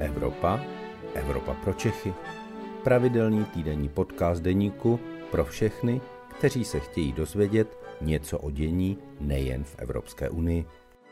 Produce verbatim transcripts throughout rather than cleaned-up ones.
Evropa, Evropa pro Čechy. Pravidelný týdenní podcast deníku pro všechny, kteří se chtějí dozvědět něco o dění nejen v Evropské unii.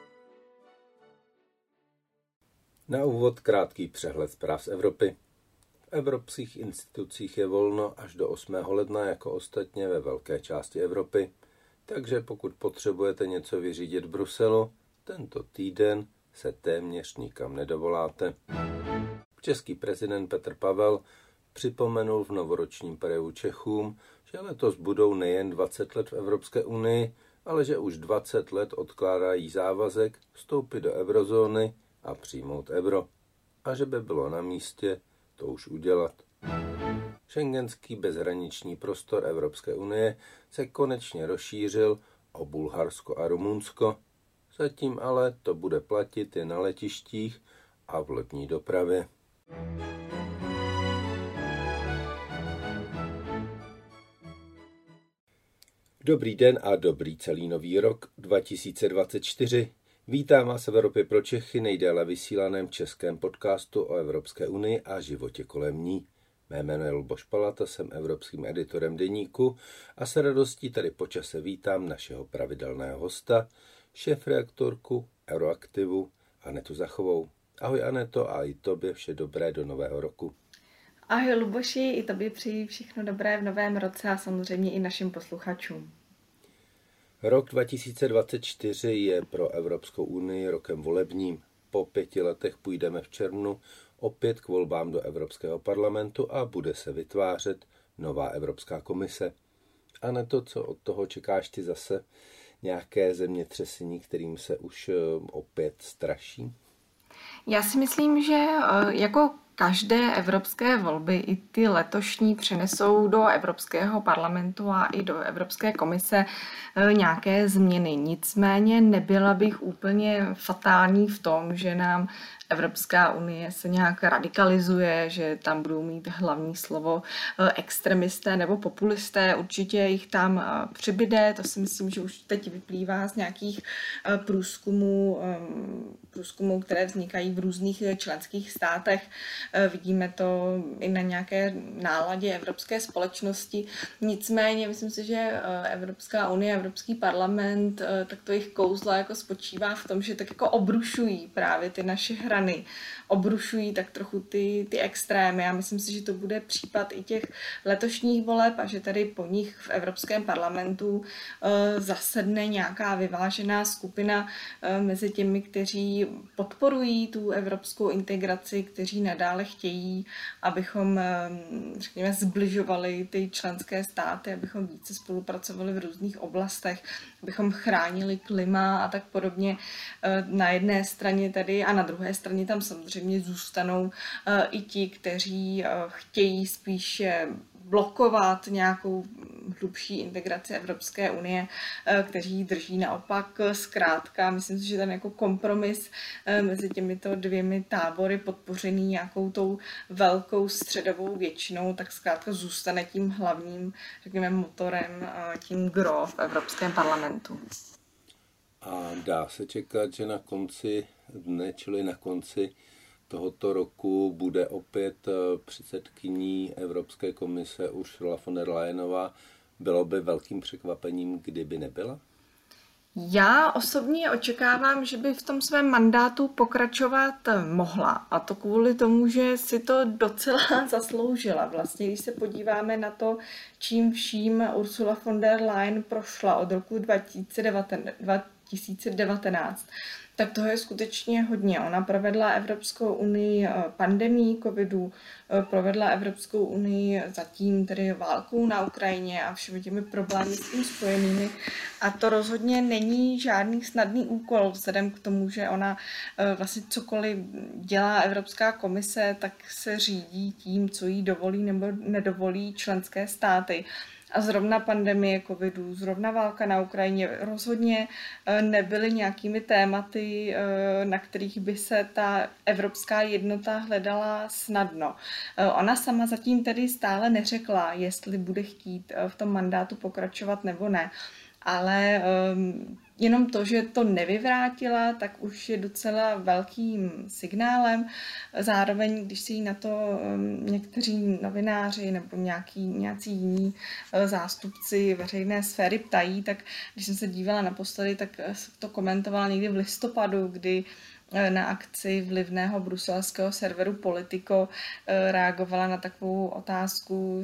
Na úvod krátký přehled zpráv z Evropy. V evropských institucích je volno až do osmého ledna, jako ostatně ve velké části Evropy. Takže pokud potřebujete něco vyřídit v Bruselu, tento týden se téměř nikam nedovoláte. Český prezident Petr Pavel připomenul v novoročním projevu Čechům, že letos budou nejen dvacet let v Evropské unii, ale že už dvacet let odkládají závazek vstoupit do eurozóny a přijmout euro. A že by bylo na místě to už udělat. Schengenský bezhraniční prostor Evropské unie se konečně rozšířil o Bulharsko a Rumunsko. Zatím ale to bude platit jen na letištích a v lodní dopravě. Dobrý den a dobrý celý nový rok dva tisíce dvacet čtyři. Vítám vás v Evropě pro Čechy, nejdéle vysílaném českém podcastu o Evropské unii a životě kolem ní. Mé jméno je Luboš Palata, jsem evropským editorem deníku a s radostí tady po čase vítám našeho pravidelného hosta, šéfredaktorku Euroaktivu Anetu Zachovou. Ahoj Aneto, a i tobě vše dobré do nového roku. Ahoj Luboši, i tobě přeji všechno dobré v novém roce a samozřejmě i našim posluchačům. Rok dva tisíce dvacet čtyři je pro Evropskou unii rokem volebním. Po pěti letech půjdeme v červnu opět k volbám do Evropského parlamentu a bude se vytvářet nová Evropská komise. Aneto, co od toho čekáš ty zase? Nějaké zemětřesení, kterým se už opět straší? Já si myslím, že jako každé evropské volby i ty letošní přinesou do Evropského parlamentu a i do Evropské komise nějaké změny. Nicméně nebyla bych úplně fatální v tom, že nám Evropská unie se nějak radikalizuje, že tam budou mít hlavní slovo extremisté nebo populisté. Určitě jich tam přibyde, to si myslím, že už teď vyplývá z nějakých průzkumů, průzkumů, které vznikají v různých členských státech. Vidíme to i na nějaké náladě evropské společnosti. Nicméně myslím si, že Evropská unie, Evropský parlament, tak to jejich kouzlo jako spočívá v tom, že tak jako obrušují právě ty naše hrany, obrušují tak trochu ty, ty extrémy. Já myslím si, že to bude případ i těch letošních voleb a že tady po nich v Evropském parlamentu uh, zasedne nějaká vyvážená skupina uh, mezi těmi, kteří podporují tu evropskou integraci, kteří nadále chtějí, abychom, um, řekněme, zbližovali ty členské státy, abychom více spolupracovali v různých oblastech, abychom chránili klima a tak podobně. Uh, na jedné straně tady a na druhé straně tam samozřejmě zůstanou uh, i ti, kteří uh, chtějí spíše blokovat nějakou hlubší integraci Evropské unie, uh, kteří drží naopak zkrátka. Myslím si, že ten jako kompromis uh, mezi těmito dvěmi tábory podpořený nějakou tou velkou středovou většinou, tak zkrátka zůstane tím hlavním, řekněme, motorem, uh, tím gros v Evropském parlamentu. A dá se čekat, že na konci dne, čili na konci tohoto roku, bude opět předsedkyní Evropské komise Ursula von der Leyenová. Bylo by velkým překvapením, kdyby nebyla? Já osobně očekávám, že by v tom svém mandátu pokračovat mohla. A to kvůli tomu, že si to docela zasloužila. Vlastně, když se podíváme na to, čím vším Ursula von der Leyen prošla od roku dva tisíce devatenáct, tak toho je skutečně hodně. Ona provedla Evropskou unii pandemií covidu, provedla Evropskou unii zatím tedy válkou na Ukrajině a všemi těmi problémy s tím spojenými. A to rozhodně není žádný snadný úkol, vzhledem k tomu, že ona vlastně cokoliv dělá Evropská komise, tak se řídí tím, co jí dovolí nebo nedovolí členské státy. A zrovna pandemie covidu, zrovna válka na Ukrajině rozhodně nebyly nějakými tématy, na kterých by se ta evropská jednota hledala snadno. Ona sama zatím tedy stále neřekla, jestli bude chtít v tom mandátu pokračovat nebo ne. Ale jenom to, že to nevyvrátila, tak už je docela velkým signálem. Zároveň, když si jí na to někteří novináři nebo nějaký, nějací jiní zástupci veřejné sféry ptají, tak když jsem se dívala naposledy, tak to komentovala někdy v listopadu, kdy na akci vlivného bruselského serveru Politico reagovala na takovou otázku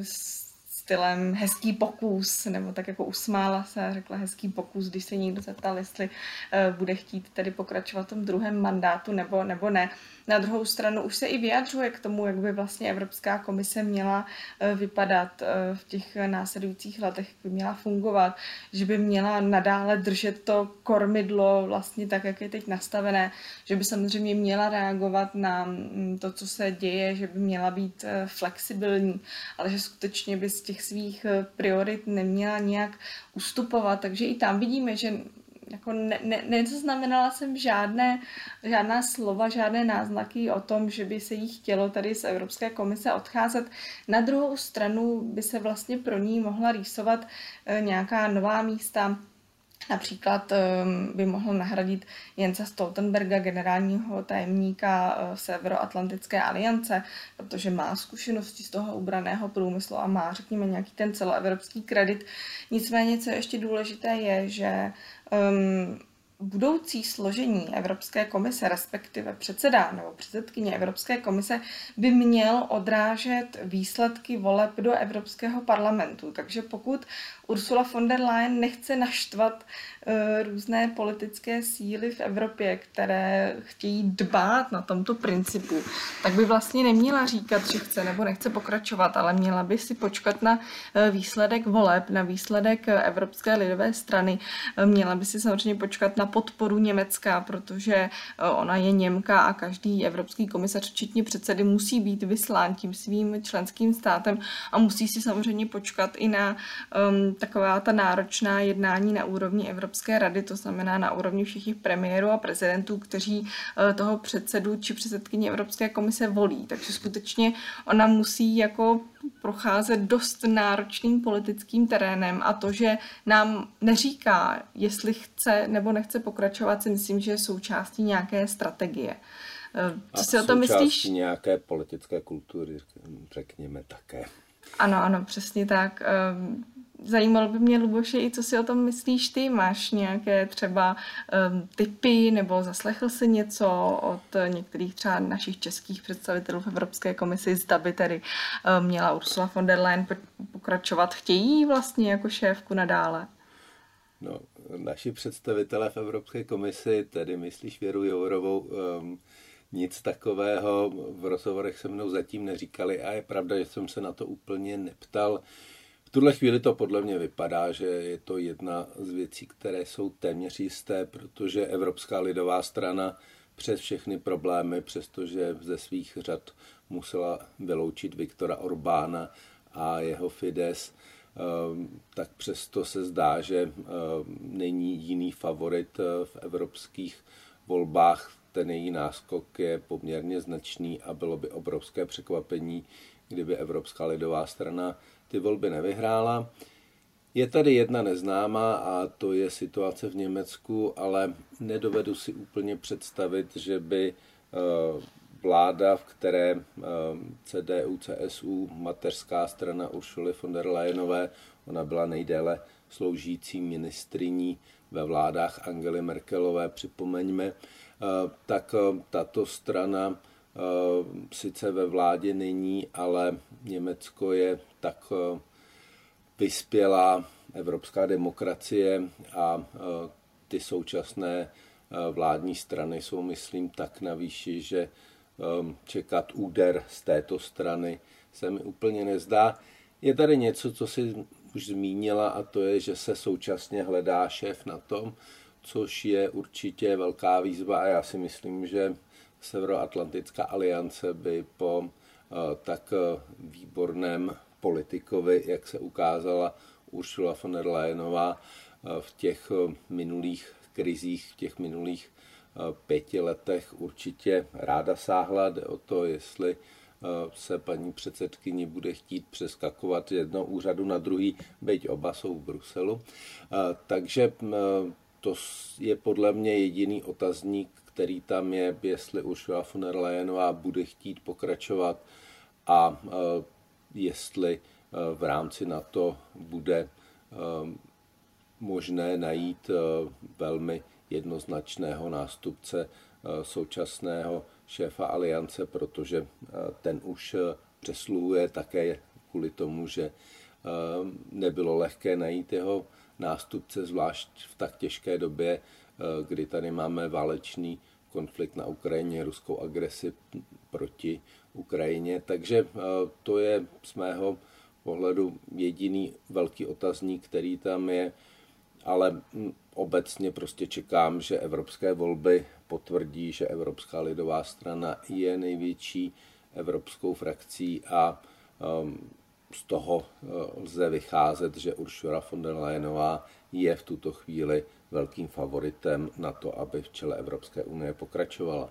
stylem hezký pokus, nebo tak jako usmála se a řekla hezký pokus, když se někdo zeptal, jestli uh, bude chtít tedy pokračovat v tom druhém mandátu nebo, nebo ne. Na druhou stranu už se i vyjadřuje k tomu, jak by vlastně Evropská komise měla uh, vypadat uh, v těch následujících letech, jak by měla fungovat, že by měla nadále držet to kormidlo vlastně tak, jak je teď nastavené, že by samozřejmě měla reagovat na to, co se děje, že by měla být uh, flexibilní, ale že skutečně by z těch svých priorit neměla nějak ustupovat, takže i tam vidíme, že jako ne, ne, nezaznamenala jsem žádné, žádná slova, žádné náznaky o tom, že by se jí chtělo tady z Evropské komise odcházet. Na druhou stranu by se vlastně pro ní mohla rýsovat nějaká nová místa. Například by mohl nahradit Jensa Stoltenberga, generálního tajemníka Severoatlantické aliance, protože má zkušenosti z toho ubraného průmyslu a má, řekněme, nějaký ten celoevropský kredit. Nicméně, co je ještě důležité, je, že um, budoucí složení Evropské komise, respektive předseda nebo předsedkyně Evropské komise, by měl odrážet výsledky voleb do Evropského parlamentu. Takže pokud Ursula von der Leyen nechce naštvat uh, různé politické síly v Evropě, které chtějí dbát na tomto principu, tak by vlastně neměla říkat, že chce nebo nechce pokračovat, ale měla by si počkat na uh, výsledek voleb, na výsledek uh, Evropské lidové strany. Uh, měla by si samozřejmě počkat na podporu Německa, protože uh, ona je Němka a každý evropský komisař, včetně předsedy, musí být vyslán tím svým členským státem a musí si samozřejmě počkat i na um, taková ta náročná jednání na úrovni Evropské rady, to znamená na úrovni všech premiérů a prezidentů, kteří toho předsedu či předsedkyni Evropské komise volí. Takže skutečně ona musí jako procházet dost náročným politickým terénem a to, že nám neříká, jestli chce nebo nechce pokračovat, si myslím, že je součástí nějaké strategie. Co si o tom myslíš? Součástí nějaké politické kultury, řekněme také. Ano, ano, přesně tak. Zajímalo by mě, Luboši, i co si o tom myslíš ty? Máš nějaké třeba um, tipy nebo zaslechl jsi něco od některých třeba našich českých představitelů v Evropské komisi, zda by tedy um, měla Ursula von der Leyen pokračovat? Chtějí vlastně jako šéfku nadále? No, naši představitelé v Evropské komisi, tedy myslíš Věru Jourovou, um, nic takového v rozhovorech se mnou zatím neříkali a je pravda, že jsem se na to úplně neptal. V tuhle chvíli to podle mě vypadá, že je to jedna z věcí, které jsou téměř jisté, protože Evropská lidová strana přes všechny problémy, přestože ze svých řad musela vyloučit Viktora Orbána a jeho Fidesz, tak přesto se zdá, že není jiný favorit v evropských volbách. Ten její náskok je poměrně značný a bylo by obrovské překvapení, kdyby Evropská lidová strana ty volby nevyhrála. Je tady jedna neznámá a to je situace v Německu, ale nedovedu si úplně představit, že by vláda, v které C D U, C S U, mateřská strana Ursuly von der Leyenové, ona byla nejdéle sloužící ministryní ve vládách Angely Merkelové, připomeňme, tak tato strana sice ve vládě není, ale Německo je tak vyspělá evropská demokracie a ty současné vládní strany jsou, myslím, tak na výši, že čekat úder z této strany se mi úplně nezdá. Je tady něco, co si už zmínila, a to je, že se současně hledá šéf na tom, což je určitě velká výzva a já si myslím, že Severoatlantická aliance by po uh, tak uh, výborném politikovi, jak se ukázala Ursula von der Leyenová uh, v těch uh, minulých krizích, v těch minulých uh, pěti letech určitě ráda sáhla. Jde o to, jestli uh, se paní předsedkyni bude chtít přeskakovat z jednoho úřadu na druhý, byť oba jsou v Bruselu. Uh, takže uh, to je podle mě jediný otazník, který tam je, jestli Ursula von der Leyenová bude chtít pokračovat a jestli v rámci NATO bude možné najít velmi jednoznačného nástupce současného šéfa aliance, protože ten už přesluhuje také kvůli tomu, že nebylo lehké najít jeho nástupce, zvlášť v tak těžké době, kdy tady máme válečný konflikt na Ukrajině, ruskou agresi proti Ukrajině. Takže to je z mého pohledu jediný velký otazník, který tam je, ale obecně prostě čekám, že evropské volby potvrdí, že Evropská lidová strana je největší evropskou frakcí a z toho lze vycházet, že Ursula von der Leyenová je v tuto chvíli velkým favoritem na to, aby v čele Evropské unie pokračovala.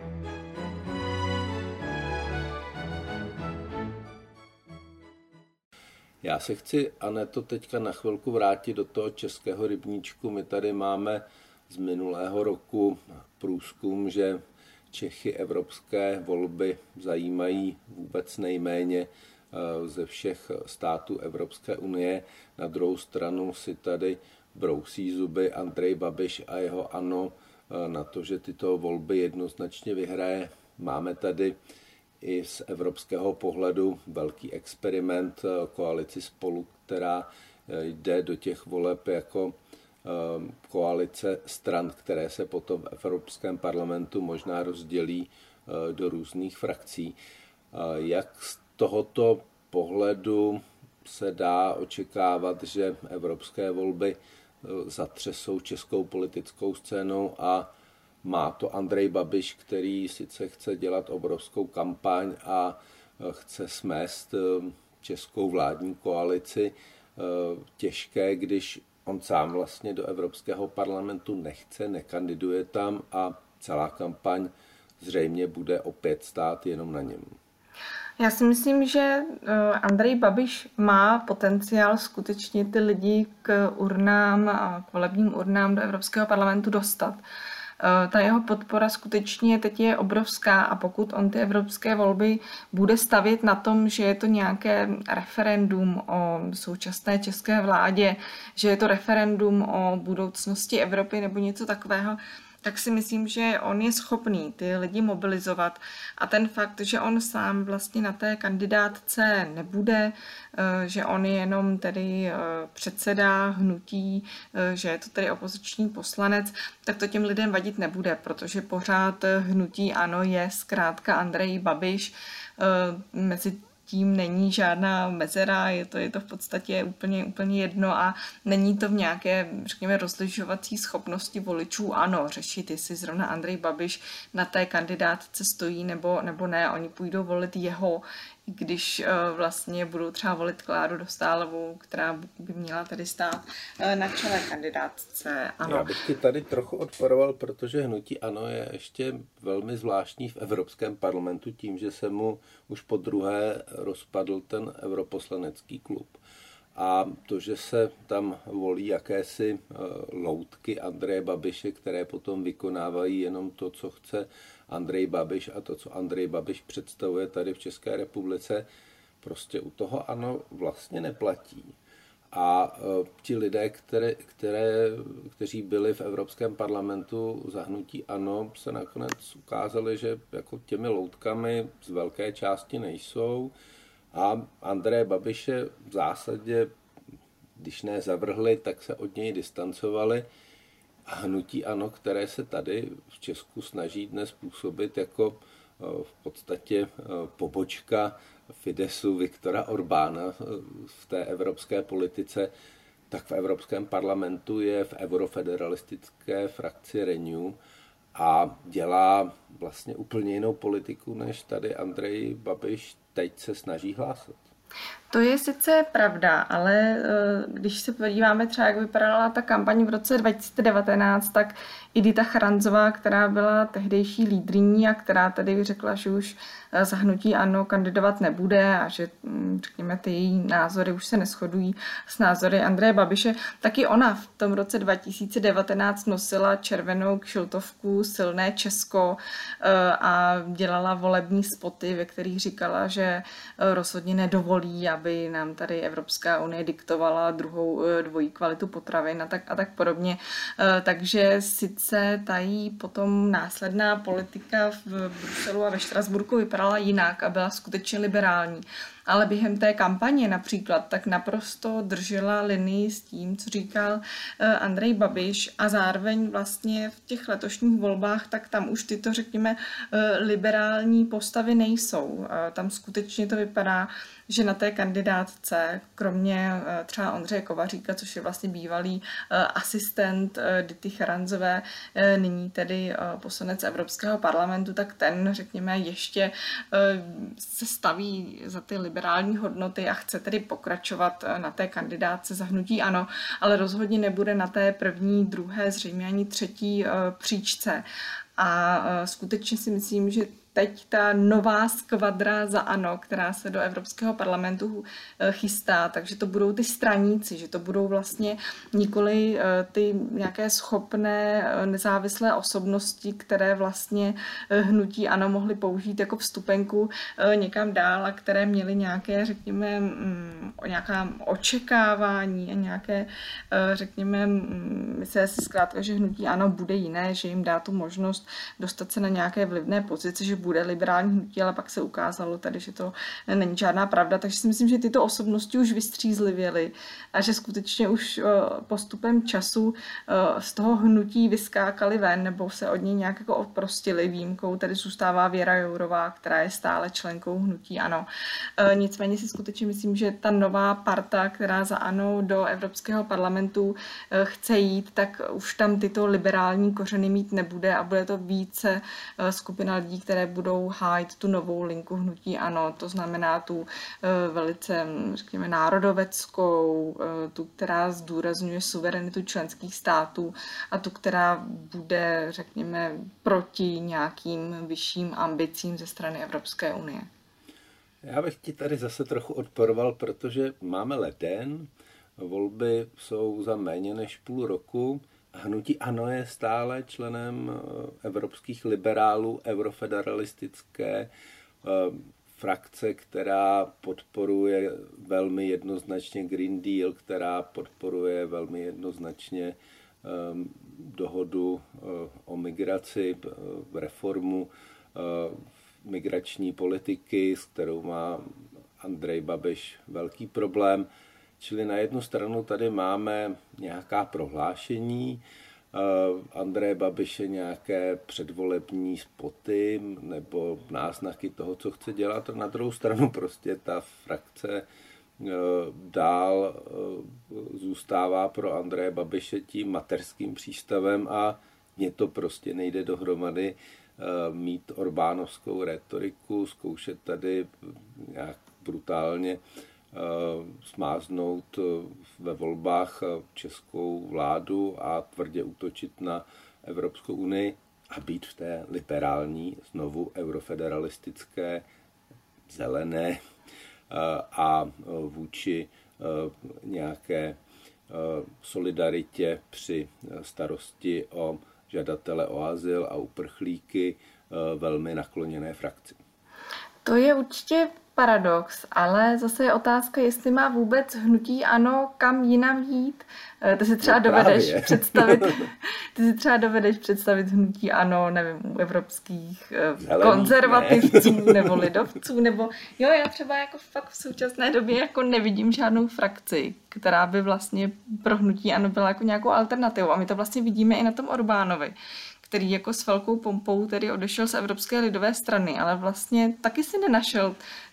Já se chci, Aneto, teďka na chvilku vrátit do toho českého rybníčku. My tady máme z minulého roku průzkum, že Čechy evropské volby zajímají vůbec nejméně ze všech států Evropské unie. Na druhou stranu si tady brousí zuby Andrej Babiš a jeho ANO na to, že tyto volby jednoznačně vyhraje. Máme tady i z evropského pohledu velký experiment koalici Spolu, která jde do těch voleb jako koalice stran, které se potom v Evropském parlamentu možná rozdělí do různých frakcí. Jak z tohoto pohledu se dá očekávat, že evropské volby zatřesou českou politickou scénou a má to Andrej Babiš, který sice chce dělat obrovskou kampaň a chce smést českou vládní koalici, těžké, když on sám vlastně do Evropského parlamentu nechce, nekandiduje tam a celá kampaň zřejmě bude opět stát jenom na něm. Já si myslím, že Andrej Babiš má potenciál skutečně ty lidi k urnám a k volebním urnám do Evropského parlamentu dostat. Ta jeho podpora skutečně teď je obrovská a pokud on ty evropské volby bude stavět na tom, že je to nějaké referendum o současné české vládě, že je to referendum o budoucnosti Evropy nebo něco takového, tak si myslím, že on je schopný ty lidi mobilizovat a ten fakt, že on sám vlastně na té kandidátce nebude, že on je jenom tedy předseda hnutí, že je to tedy opoziční poslanec, tak to těm lidem vadit nebude, protože pořád hnutí ANO je zkrátka Andrej Babiš, mezi tím není žádná mezera, je to, je to v podstatě úplně, úplně jedno a není to v nějaké, řekněme, rozlišovací schopnosti voličů, ano, řešit, jestli zrovna Andrej Babiš na té kandidátce stojí nebo, nebo ne, oni půjdou volit jeho, i když vlastně budou třeba volit Kláru Dostálovou, která by měla tady stát na čele kandidátce, ano. Já bych ti tady trochu odporoval, protože hnutí ANO je ještě velmi zvláštní v Evropském parlamentu tím, že se mu už po druhé rozpadl ten europoslanecký klub. A to, že se tam volí jakési loutky Andreje Babiše, které potom vykonávají jenom to, co chce Andrej Babiš a to, co Andrej Babiš představuje tady v České republice, prostě u toho ANO vlastně neplatí. A ti lidé, které, které, kteří byli v Evropském parlamentu za hnutí ANO, se nakonec ukázali, že jako těmi loutkami z velké části nejsou. A Andreje Babiše v zásadě, když ne zavrhli, tak se od něj distancovali. A hnutí ANO, které se tady v Česku snaží dnes působit jako v podstatě pobočka Fidesu Viktora Orbána v té evropské politice, tak v Evropském parlamentu je v eurofederalistické frakci Renew a dělá vlastně úplně jinou politiku, než tady Andrej Babiš teď se snaží hlásat. To je sice pravda, ale když se podíváme třeba, jak vypadala ta kampaň v roce dva tisíce devatenáct, tak Edita Charanzová, která byla tehdejší lídryní a která tady řekla, že už za hnutí ANO kandidovat nebude a že, řekněme, ty její názory už se neshodují s názory Andreje Babiše, taky ona v tom roce dva tisíce devatenáct nosila červenou kšiltovku Silné Česko a dělala volební spoty, ve kterých říkala, že rozhodně nedovolí, aby nám tady Evropská unie diktovala druhou dvojí kvalitu potravin a tak, a tak podobně. Takže sice tají potom následná politika v Bruselu a ve Štrasburku vypadala jinak a byla skutečně liberální. Ale během té kampaně například tak naprosto držela linii s tím, co říkal Andrej Babiš a zároveň vlastně v těch letošních volbách, tak tam už tyto, řekněme, liberální postavy nejsou. Tam skutečně to vypadá, že na té kandidátce, kromě třeba Ondřeje Kovaříka, což je vlastně bývalý asistent Dity Charanzové, nyní tedy poslanec Evropského parlamentu, tak ten, řekněme, ještě se staví za ty liberální hodnoty a chce tedy pokračovat na té kandidátce za hnutí ANO, ale rozhodně nebude na té první, druhé, zřejmě ani třetí příčce. A skutečně si myslím, že teď ta nová skvadra za ANO, která se do Evropského parlamentu chystá, takže to budou ty straníci, že to budou vlastně nikoli ty nějaké schopné nezávislé osobnosti, které vlastně hnutí ANO mohly použít jako vstupenku někam dál a které měly nějaké, řekněme, nějaká očekávání a nějaké, řekněme, myslí si zkrátka, že hnutí ANO bude jiné, že jim dá tu možnost dostat se na nějaké vlivné pozice, že bude liberální hnutí, ale pak se ukázalo tady, že to není žádná pravda. Takže si myslím, že tyto osobnosti už vystřízlivěly a že skutečně už postupem času z toho hnutí vyskákali ven nebo se od něj nějak jako oprostili. Výjimkou tady zůstává Věra Jourová, která je stále členkou hnutí ANO. Nicméně si skutečně myslím, že ta nová parta, která za ANO do Evropského parlamentu chce jít, tak už tam tyto liberální kořeny mít nebude a bude to více skupina lidí, které budou hájit tu novou linku hnutí ANO, to znamená tu velice, řekněme, národoveckou, tu, která zdůrazňuje suverenitu členských států a tu, která bude, řekněme, proti nějakým vyšším ambicím ze strany Evropské unie. Já bych ti tady zase trochu odporoval, protože máme leden, volby jsou za méně než půl roku, hnutí ANO je stále členem evropských liberálů, eurofederalistické frakce, která podporuje velmi jednoznačně Green Deal, která podporuje velmi jednoznačně dohodu o migraci, reformu migrační politiky, s kterou má Andrej Babiš velký problém. Čili na jednu stranu tady máme nějaká prohlášení Andreje Babiše, nějaké předvolební spoty nebo náznaky toho, co chce dělat. A na druhou stranu prostě ta frakce dál zůstává pro Andreje Babiše tím mateřským přístavem a mně to prostě nejde dohromady mít orbánovskou retoriku, zkoušet tady nějak brutálně smáznout ve volbách českou vládu a tvrdě útočit na Evropskou unii a být v té liberální, znovu eurofederalistické, zelené a vůči nějaké solidaritě při starosti o žadatele o azyl a uprchlíky velmi nakloněné frakci. To je určitě paradox, ale zase je otázka, jestli má vůbec hnutí ANO kam jinam jít. Ty si třeba no dovedeš představit, ty si třeba dovedeš představit hnutí ANO, nevím, u evropských Zelený, konzervativců ne. nebo lidovců, nebo jo, já třeba jako fakt v současné době jako nevidím žádnou frakci, která by vlastně pro hnutí ANO byla jako nějakou alternativou. A my to vlastně vidíme i na tom Orbánovi, který jako s velkou pompou tedy odešel z Evropské lidové strany, ale vlastně taky si nenašel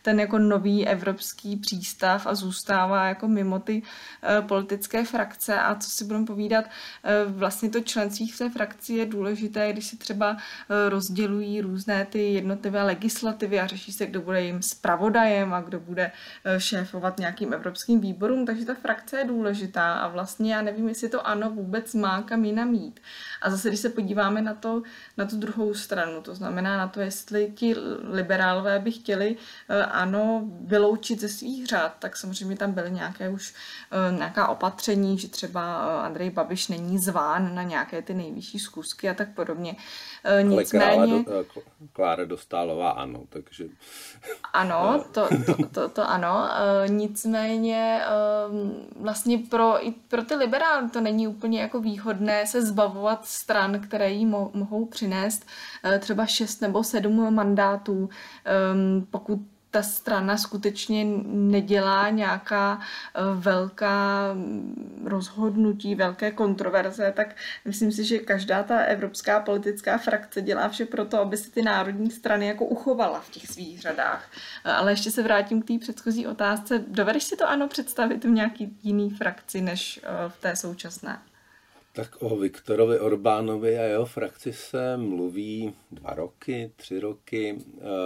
ten jako nový evropský přístav a zůstává jako mimo ty uh, politické frakce. A co si budeme povídat, uh, vlastně to členství v té frakci je důležité, když se třeba uh, rozdělují různé ty jednotlivé legislativy a řeší se, kdo bude jim zpravodajem a kdo bude uh, šéfovat nějakým evropským výborům, takže ta frakce je důležitá a vlastně já nevím, jestli to ANO vůbec má kam jinam jít. A zase, když se podíváme na to, na tu druhou stranu, to znamená na to, jestli ti liberálové by chtěli ANO vyloučit ze svých řád, tak samozřejmě tam byly nějaké už nějaká opatření, že třeba Andrej Babiš není zván na nějaké ty nejvyšší schůzky a tak podobně. Nicméně... Ale Klára, do, Klára Dostálová ano, takže... Ano, to, to, to, to ano. Nicméně vlastně pro, i pro ty liberály to není úplně jako výhodné se zbavovat stran, které jí mo- mohou přinést třeba šest nebo sedm mandátů, pokud ta strana skutečně nedělá nějaká velká rozhodnutí, velké kontroverze, tak myslím si, že každá ta evropská politická frakce dělá vše pro to, aby si ty národní strany jako uchovala v těch svých řadách. Ale ještě se vrátím k té předchozí otázce. Dovedeš si to ANO představit v nějaký jiný frakci než v té současné? Tak o Viktorovi Orbánovi a jeho frakci se mluví dva roky, tři roky.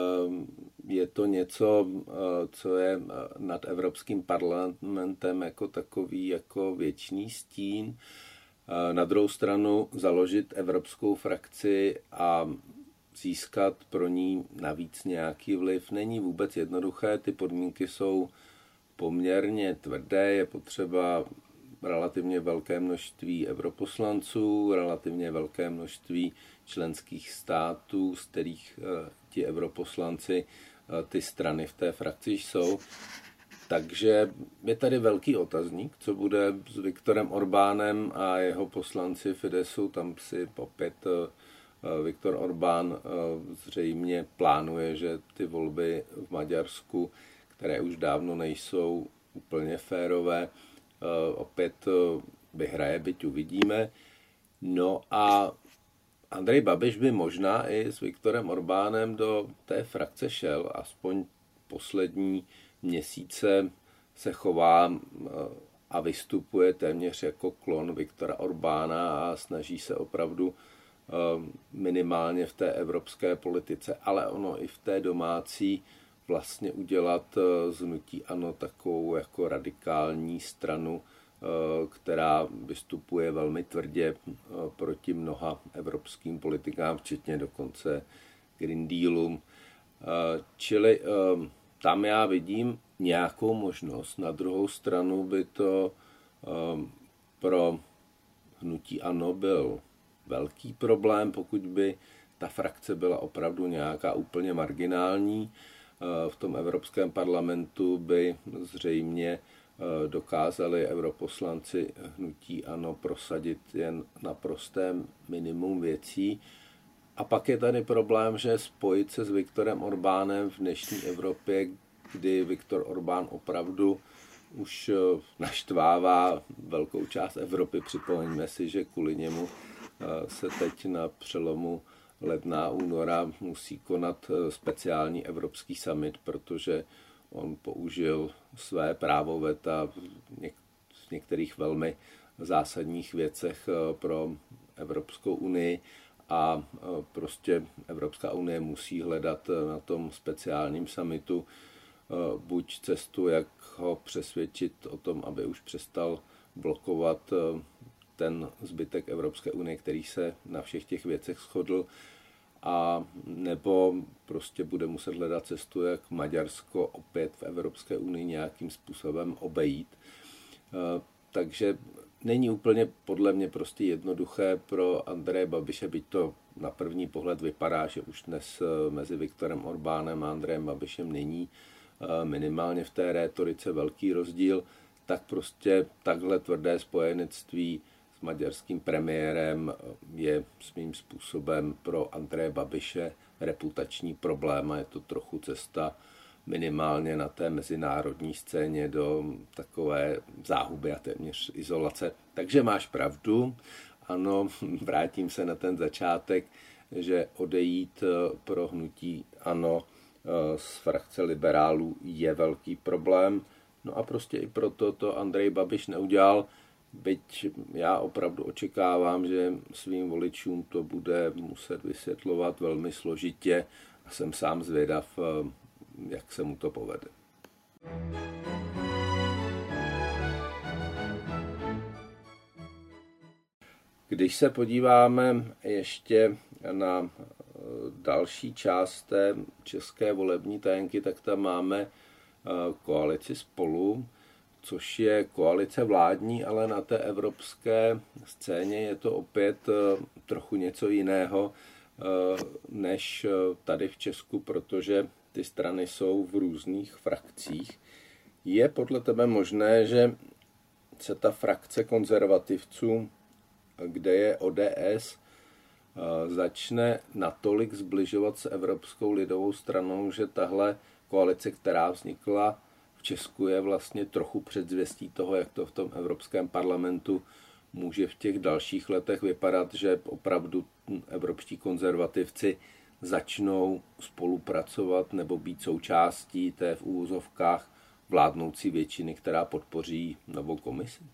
Je to něco, co je nad Evropským parlamentem jako takový jako věčný stín. Na druhou stranu založit evropskou frakci a získat pro ní navíc nějaký vliv není vůbec jednoduché. Ty podmínky jsou poměrně tvrdé, je potřeba relativně velké množství europoslanců, relativně velké množství členských států, z kterých ti europoslanci, ty strany v té frakci jsou. Takže je tady velký otazník, co bude s Viktorem Orbánem a jeho poslanci Fidesu. Tam si opět Viktor Orbán zřejmě plánuje, že ty volby v Maďarsku, které už dávno nejsou úplně férové, opět vyhraje, byť uvidíme. No a Andrej Babiš by možná i s Viktorem Orbánem do té frakce šel, aspoň poslední měsíce se chová a vystupuje téměř jako klon Viktora Orbána a snaží se opravdu minimálně v té evropské politice, ale ono i v té domácí vlastně udělat z hnutí ANO takovou jako radikální stranu, která vystupuje velmi tvrdě proti mnoha evropským politikám, včetně dokonce Green Dealu. Čili tam já vidím nějakou možnost. Na druhou stranu by to pro hnutí ANO byl velký problém, pokud by ta frakce byla opravdu nějaká úplně marginální. V tom Evropském parlamentu by zřejmě dokázali europoslanci hnutí ANO prosadit jen naprosté minimum věcí. A pak je tady problém, že spojit se s Viktorem Orbánem v dnešní Evropě, kdy Viktor Orbán opravdu už naštvává velkou část Evropy. Připomeňme si, že kvůli němu se teď na přelomu ledna a února musí konat speciální evropský summit, protože on použil své právo veta v některých velmi zásadních věcech pro Evropskou unii a prostě Evropská unie musí hledat na tom speciálním summitu buď cestu, jak ho přesvědčit o tom, aby už přestal blokovat ten zbytek Evropské unie, který se na všech těch věcech shodl, a nebo prostě bude muset hledat cestu, jak Maďarsko opět v Evropské unii nějakým způsobem obejít. Takže není úplně podle mě prostě jednoduché pro Andreje Babiše, byť to na první pohled vypadá, že už dnes mezi Viktorem Orbánem a Andrejem Babišem není minimálně v té rétorice velký rozdíl, tak prostě takhle tvrdé spojenectví s maďarským premiérem je svým způsobem pro Andreje Babiše reputační problém a je to trochu cesta minimálně na té mezinárodní scéně do takové záhuby a téměř izolace. Takže máš pravdu, ano, vrátím se na ten začátek, že odejít pro hnutí ANO z frakce liberálů je velký problém. No a prostě i proto to Andrej Babiš neudělal, byť já opravdu očekávám, že svým voličům to bude muset vysvětlovat velmi složitě a jsem sám zvědav, jak se mu to povede. Když se podíváme ještě na další část té české volební tajenky, tak tam máme koalici Spolu, což je koalice vládní, ale na té evropské scéně je to opět trochu něco jiného než tady v Česku, protože ty strany jsou v různých frakcích. Je podle tebe možné, že se ta frakce konzervativců, kde je O D S, začne natolik zbližovat s Evropskou lidovou stranou, že tahle koalice, která vznikla v Česku, je vlastně trochu předzvěstí toho, jak to v tom Evropském parlamentu může v těch dalších letech vypadat, že opravdu evropští konzervativci začnou spolupracovat nebo být součástí té v úvozovkách vládnoucí většiny, která podpoří novou komisi?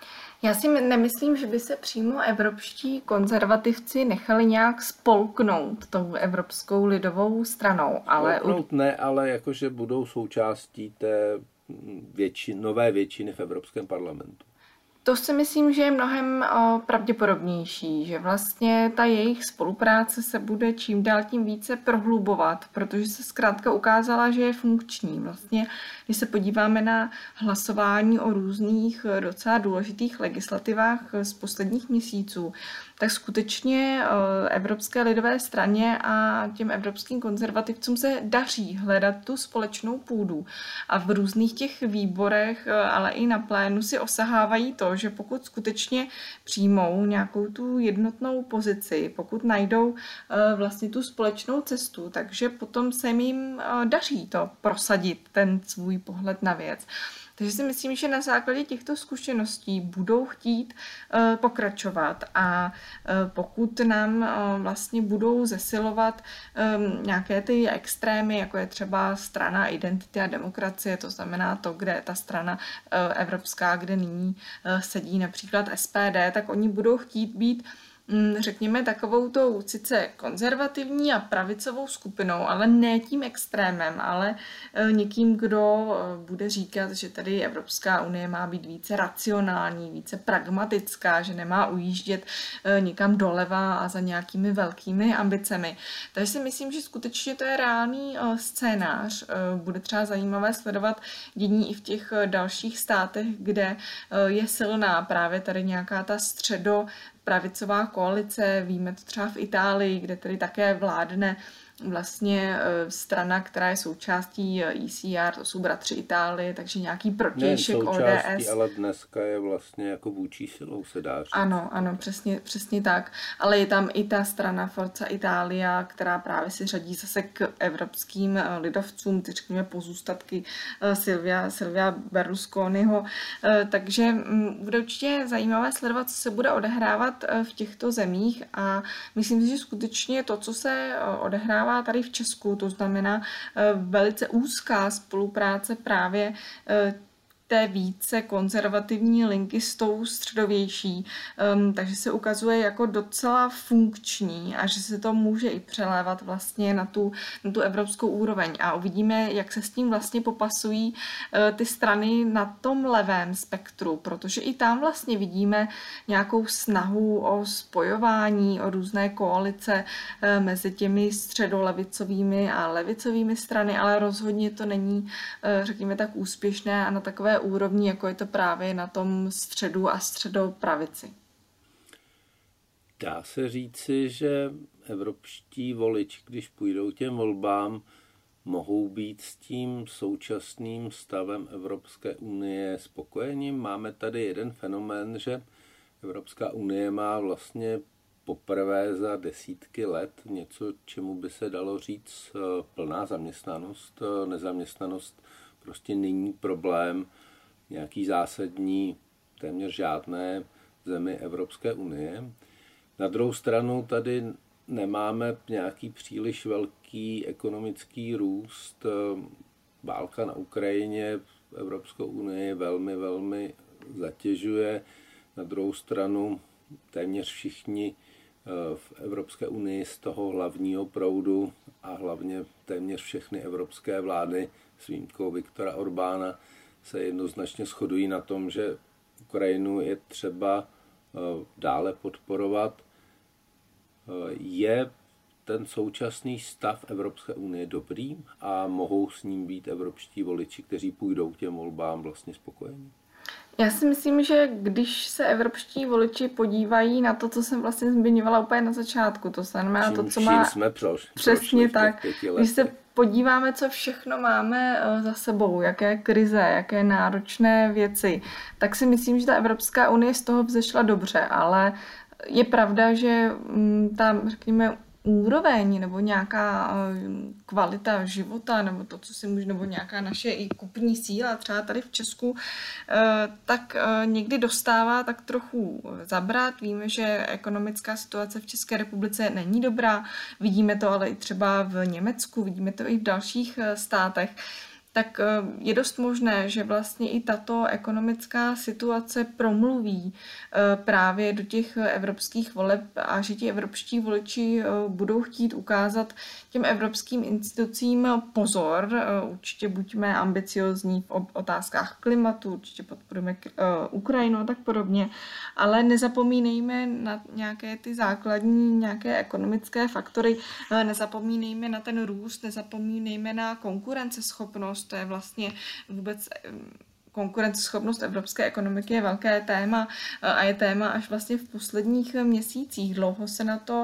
Já si nemyslím, že by se přímo evropští konzervativci nechali nějak spolknout tou Evropskou lidovou stranou. Ale spolknout ne, ale jakože budou součástí té většin, nové většiny v Evropském parlamentu. To si myslím, že je mnohem o, pravděpodobnější, že vlastně ta jejich spolupráce se bude čím dál tím více prohlubovat, protože se zkrátka ukázala, že je funkční. Vlastně, když se podíváme na hlasování o různých docela důležitých legislativách z posledních měsíců, tak skutečně Evropské lidové straně a těm evropským konzervativcům se daří hledat tu společnou půdu. A v různých těch výborech, ale i na plénu si osahávají to, že pokud skutečně přijmou nějakou tu jednotnou pozici, pokud najdou vlastně tu společnou cestu, takže potom se jim daří to prosadit, ten svůj pohled na věc. Takže si myslím, že na základě těchto zkušeností budou chtít uh, pokračovat a uh, pokud nám uh, vlastně budou zesilovat um, nějaké ty extrémy, jako je třeba strana Identity a demokracie, to znamená to, kde ta strana uh, evropská, kde nyní uh, sedí například S P D, tak oni budou chtít být řekněme takovou tou sice konzervativní a pravicovou skupinou, ale ne tím extrémem, ale někým, kdo bude říkat, že tady Evropská unie má být více racionální, více pragmatická, že nemá ujíždět někam doleva a za nějakými velkými ambicemi. Takže si myslím, že skutečně to je reálný scénář. Bude třeba zajímavé sledovat dění i v těch dalších státech, kde je silná právě tady nějaká ta středo pravicová koalice, víme to třeba v Itálii, kde tedy také vládne vlastně strana, která je součástí E C R, to jsou bratři Itálie, takže nějaký protějšek O D S. Ale dneska je vlastně jako vůči silou, se dá říct. Ano, ano, přesně, přesně tak. Ale je tam i ta strana Forza Italia, která právě si řadí zase k evropským lidovcům, ty řekněme pozůstatky Silvia, Silvia Berlusconiho. Takže bude určitě zajímavé sledovat, co se bude odehrávat v těchto zemích a myslím si, že skutečně to, co se odehrává tady v Česku, to znamená velice úzká spolupráce právě té více konzervativní linky s tou středovější, um, takže se ukazuje jako docela funkční a že se to může i přelévat vlastně na tu, na tu evropskou úroveň a uvidíme, jak se s tím vlastně popasují uh, ty strany na tom levém spektru, protože i tam vlastně vidíme nějakou snahu o spojování, o různé koalice uh, mezi těmi středolevicovými a levicovými strany, ale rozhodně to není, uh, řekněme tak, úspěšné a na takové úrovni, jako je to právě na tom středu a středopravici. Dá se říci, že evropští voliči, když půjdou těm volbám, mohou být s tím současným stavem Evropské unie spokojeni? Máme tady jeden fenomén, že Evropská unie má vlastně poprvé za desítky let něco, čemu by se dalo říct plná zaměstnanost. Nezaměstnanost prostě není problém nějaký zásadní, téměř žádné zemi Evropské unie. Na druhou stranu tady nemáme nějaký příliš velký ekonomický růst. Válka na Ukrajině Evropskou unii velmi, velmi zatěžuje. Na druhou stranu téměř všichni v Evropské unii z toho hlavního proudu a hlavně téměř všechny evropské vlády s výjimkou Viktora Orbána se jednoznačně shodují na tom, že Ukrajinu je třeba dále podporovat. Je ten současný stav Evropské unie dobrý a mohou s ním být evropští voliči, kteří půjdou k těm volbám, vlastně spokojení? Já si myslím, že když se evropští voliči podívají na to, co jsem vlastně zmiňovala úplně na začátku, to znamená čím, to, co má... jsme prošli, přesně tak. Když se podíváme, co všechno máme za sebou, jaké krize, jaké náročné věci, tak si myslím, že ta Evropská unie z toho vzešla dobře, ale je pravda, že tam, řekněme, úroveň nebo nějaká kvalita života nebo to, co si může, nebo nějaká naše i kupní síla, třeba tady v Česku, tak někdy dostává tak trochu zabrat. Víme, že ekonomická situace v České republice není dobrá, vidíme to ale i třeba v Německu, vidíme to i v dalších státech. Tak je dost možné, že vlastně i tato ekonomická situace promluví právě do těch evropských voleb a že ti evropští voliči budou chtít ukázat těm evropským institucím pozor. Určitě buďme ambiciozní v otázkách klimatu, určitě podporujeme Ukrajinu a tak podobně, ale nezapomínejme na nějaké ty základní, nějaké ekonomické faktory, nezapomínejme na ten růst, nezapomínejme na konkurenceschopnost. To je vlastně vůbec konkurenceschopnost evropské ekonomiky je velké téma a je téma až vlastně v posledních měsících. Dlouho se na to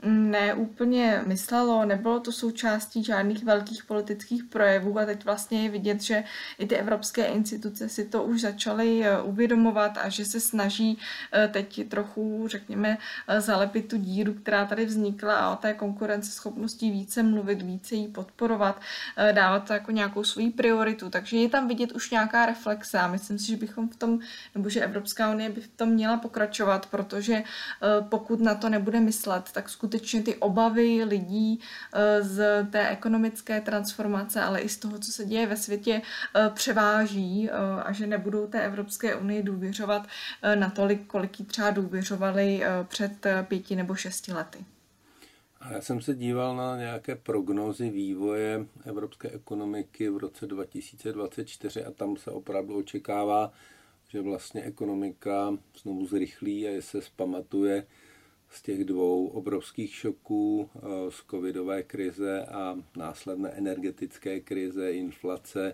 neúplně myslelo, nebylo to součástí žádných velkých politických projevů a teď vlastně je vidět, že i ty evropské instituce si to už začaly uvědomovat a že se snaží teď trochu, řekněme, zalepit tu díru, která tady vznikla a o té konkurenceschopnosti více mluvit, více ji podporovat, dávat to jako nějakou svoji prioritu. Takže je tam vidět už nějaká reflexe a myslím si, že bychom v tom, nebo že Evropská unie by v tom měla pokračovat, protože pokud na to nebude myslet, tak skutečně skutečně ty obavy lidí z té ekonomické transformace, ale i z toho, co se děje ve světě, převáží a že nebudou té Evropské unii důvěřovat natolik, kolik jí třeba důvěřovali před pěti nebo šesti lety. A já jsem se díval na nějaké prognózy vývoje evropské ekonomiky v roce dva tisíce dvacet čtyři a tam se opravdu očekává, že vlastně ekonomika znovu zrychlí a se zpamatuje z těch dvou obrovských šoků, z covidové krize a následné energetické krize, inflace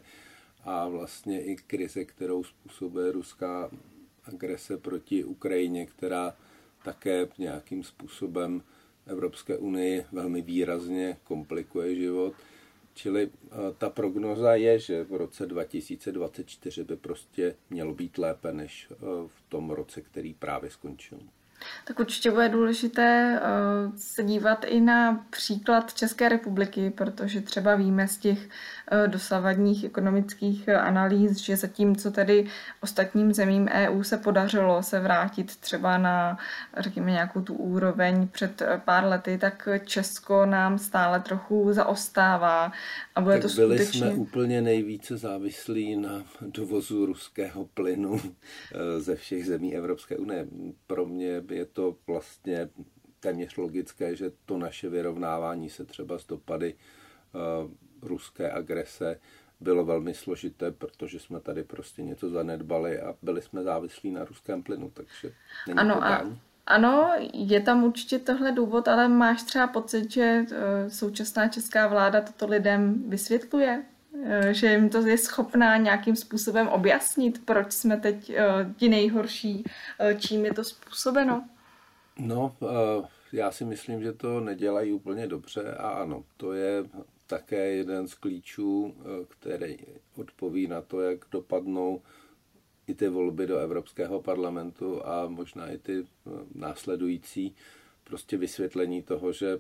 a vlastně i krize, kterou způsobuje ruská agrese proti Ukrajině, která také nějakým způsobem Evropské unii velmi výrazně komplikuje život. Čili ta prognoza je, že v roce dva tisíce dvacet čtyři by prostě mělo být lépe než v tom roce, který právě skončil. Tak určitě bude důležité uh, se dívat i na příklad České republiky, protože třeba víme z těch uh, dosavadních ekonomických analýz, že zatímco tedy ostatním zemím E U se podařilo se vrátit třeba na, řekněme, nějakou tu úroveň před pár lety, tak Česko nám stále trochu zaostává. A bude tak to byli skutečně... jsme úplně nejvíce závislí na dovozu ruského plynu ze všech zemí Evropské unie. Pro mě je to vlastně téměř logické, že to naše vyrovnávání se třeba z dopady uh, ruské agrese bylo velmi složité, protože jsme tady prostě něco zanedbali a byli jsme závislí na ruském plynu, takže není ano, to a, ano, je tam určitě tohle důvod, ale máš třeba pocit, že uh, současná česká vláda toto lidem vysvětluje? Že jim to je schopná nějakým způsobem objasnit, proč jsme teď uh, ti nejhorší, uh, čím je to způsobeno? No, já si myslím, že to nedělají úplně dobře a ano, to je také jeden z klíčů, který odpoví na to, jak dopadnou i ty volby do Evropského parlamentu a možná i ty následující, prostě vysvětlení toho, že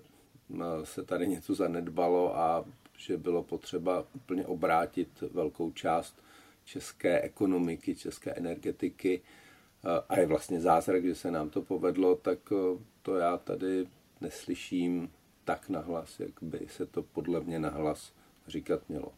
se tady něco zanedbalo a že bylo potřeba úplně obrátit velkou část české ekonomiky, české energetiky a je vlastně zázrak, že se nám to povedlo, tak to já tady neslyším tak nahlas, jak by se to podle mě nahlas říkat mělo.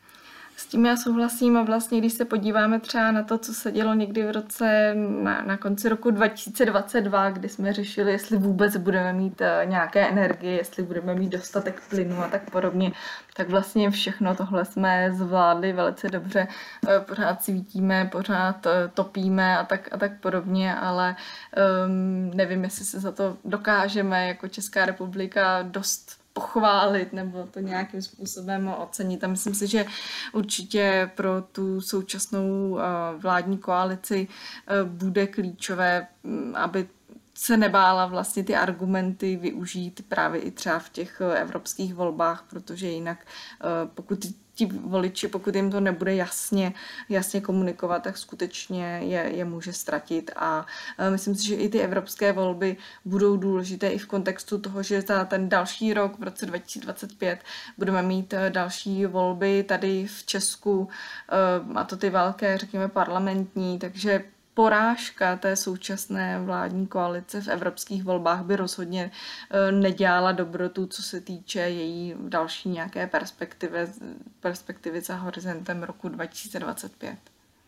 S tím já souhlasím a vlastně, když se podíváme třeba na to, co se dělo někdy v roce, na, na konci roku dva tisíce dvacet dva, kdy jsme řešili, jestli vůbec budeme mít nějaké energie, jestli budeme mít dostatek plynu a tak podobně, tak vlastně všechno tohle jsme zvládli velice dobře. Pořád svítíme, pořád topíme a tak, a tak podobně, ale um, nevím, jestli se za to dokážeme jako Česká republika dost pochválit nebo to nějakým způsobem ocenit. A myslím si, že určitě pro tu současnou vládní koalici bude klíčové, aby se nebála vlastně ty argumenty využít právě i třeba v těch evropských volbách, protože jinak pokud ti voliči, pokud jim to nebude jasně, jasně komunikovat, tak skutečně je, je může ztratit. A myslím si, že i ty evropské volby budou důležité i v kontextu toho, že za ten další rok v roce dva tisíce dvacet pět budeme mít další volby tady v Česku, a to ty velké, řekněme, parlamentní, takže porážka té současné vládní koalice v evropských volbách by rozhodně nedělala dobrotu, co se týče její další nějaké perspektivy, perspektivy za horizontem roku dva tisíce dvacet pět.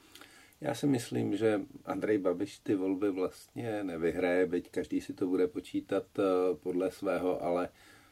Já si myslím, že Andrej Babiš ty volby vlastně nevyhraje, byť každý si to bude počítat podle svého, ale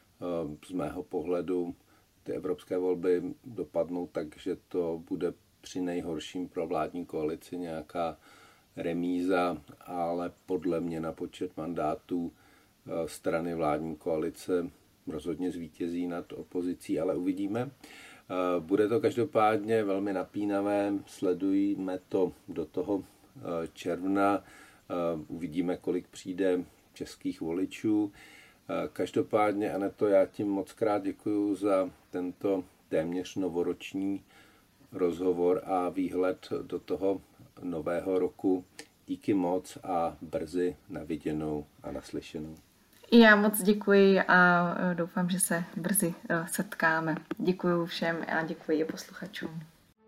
z mého pohledu ty evropské volby dopadnou tak, že to bude při nejhorším pro vládní koalici nějaká remíza, ale podle mě na počet mandátů strany vládní koalice rozhodně zvítězí nad opozicí, ale uvidíme. Bude to každopádně velmi napínavé, sledujeme to do toho června, uvidíme, kolik přijde českých voličů. Každopádně, Aneto, já ti moc krát děkuju za tento téměř novoroční rozhovor a výhled do toho nového roku. Díky moc a brzy na viděnou a naslyšenou. Já moc děkuji a doufám, že se brzy setkáme. Děkuji všem a děkuji i posluchačům.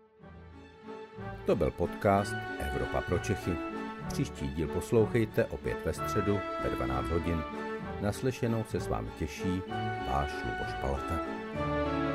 To byl podcast Evropa pro Čechy. Příští díl poslouchejte opět ve středu ve dvanáct hodin. Naslyšenou se s vámi těší váš Luboš Palata.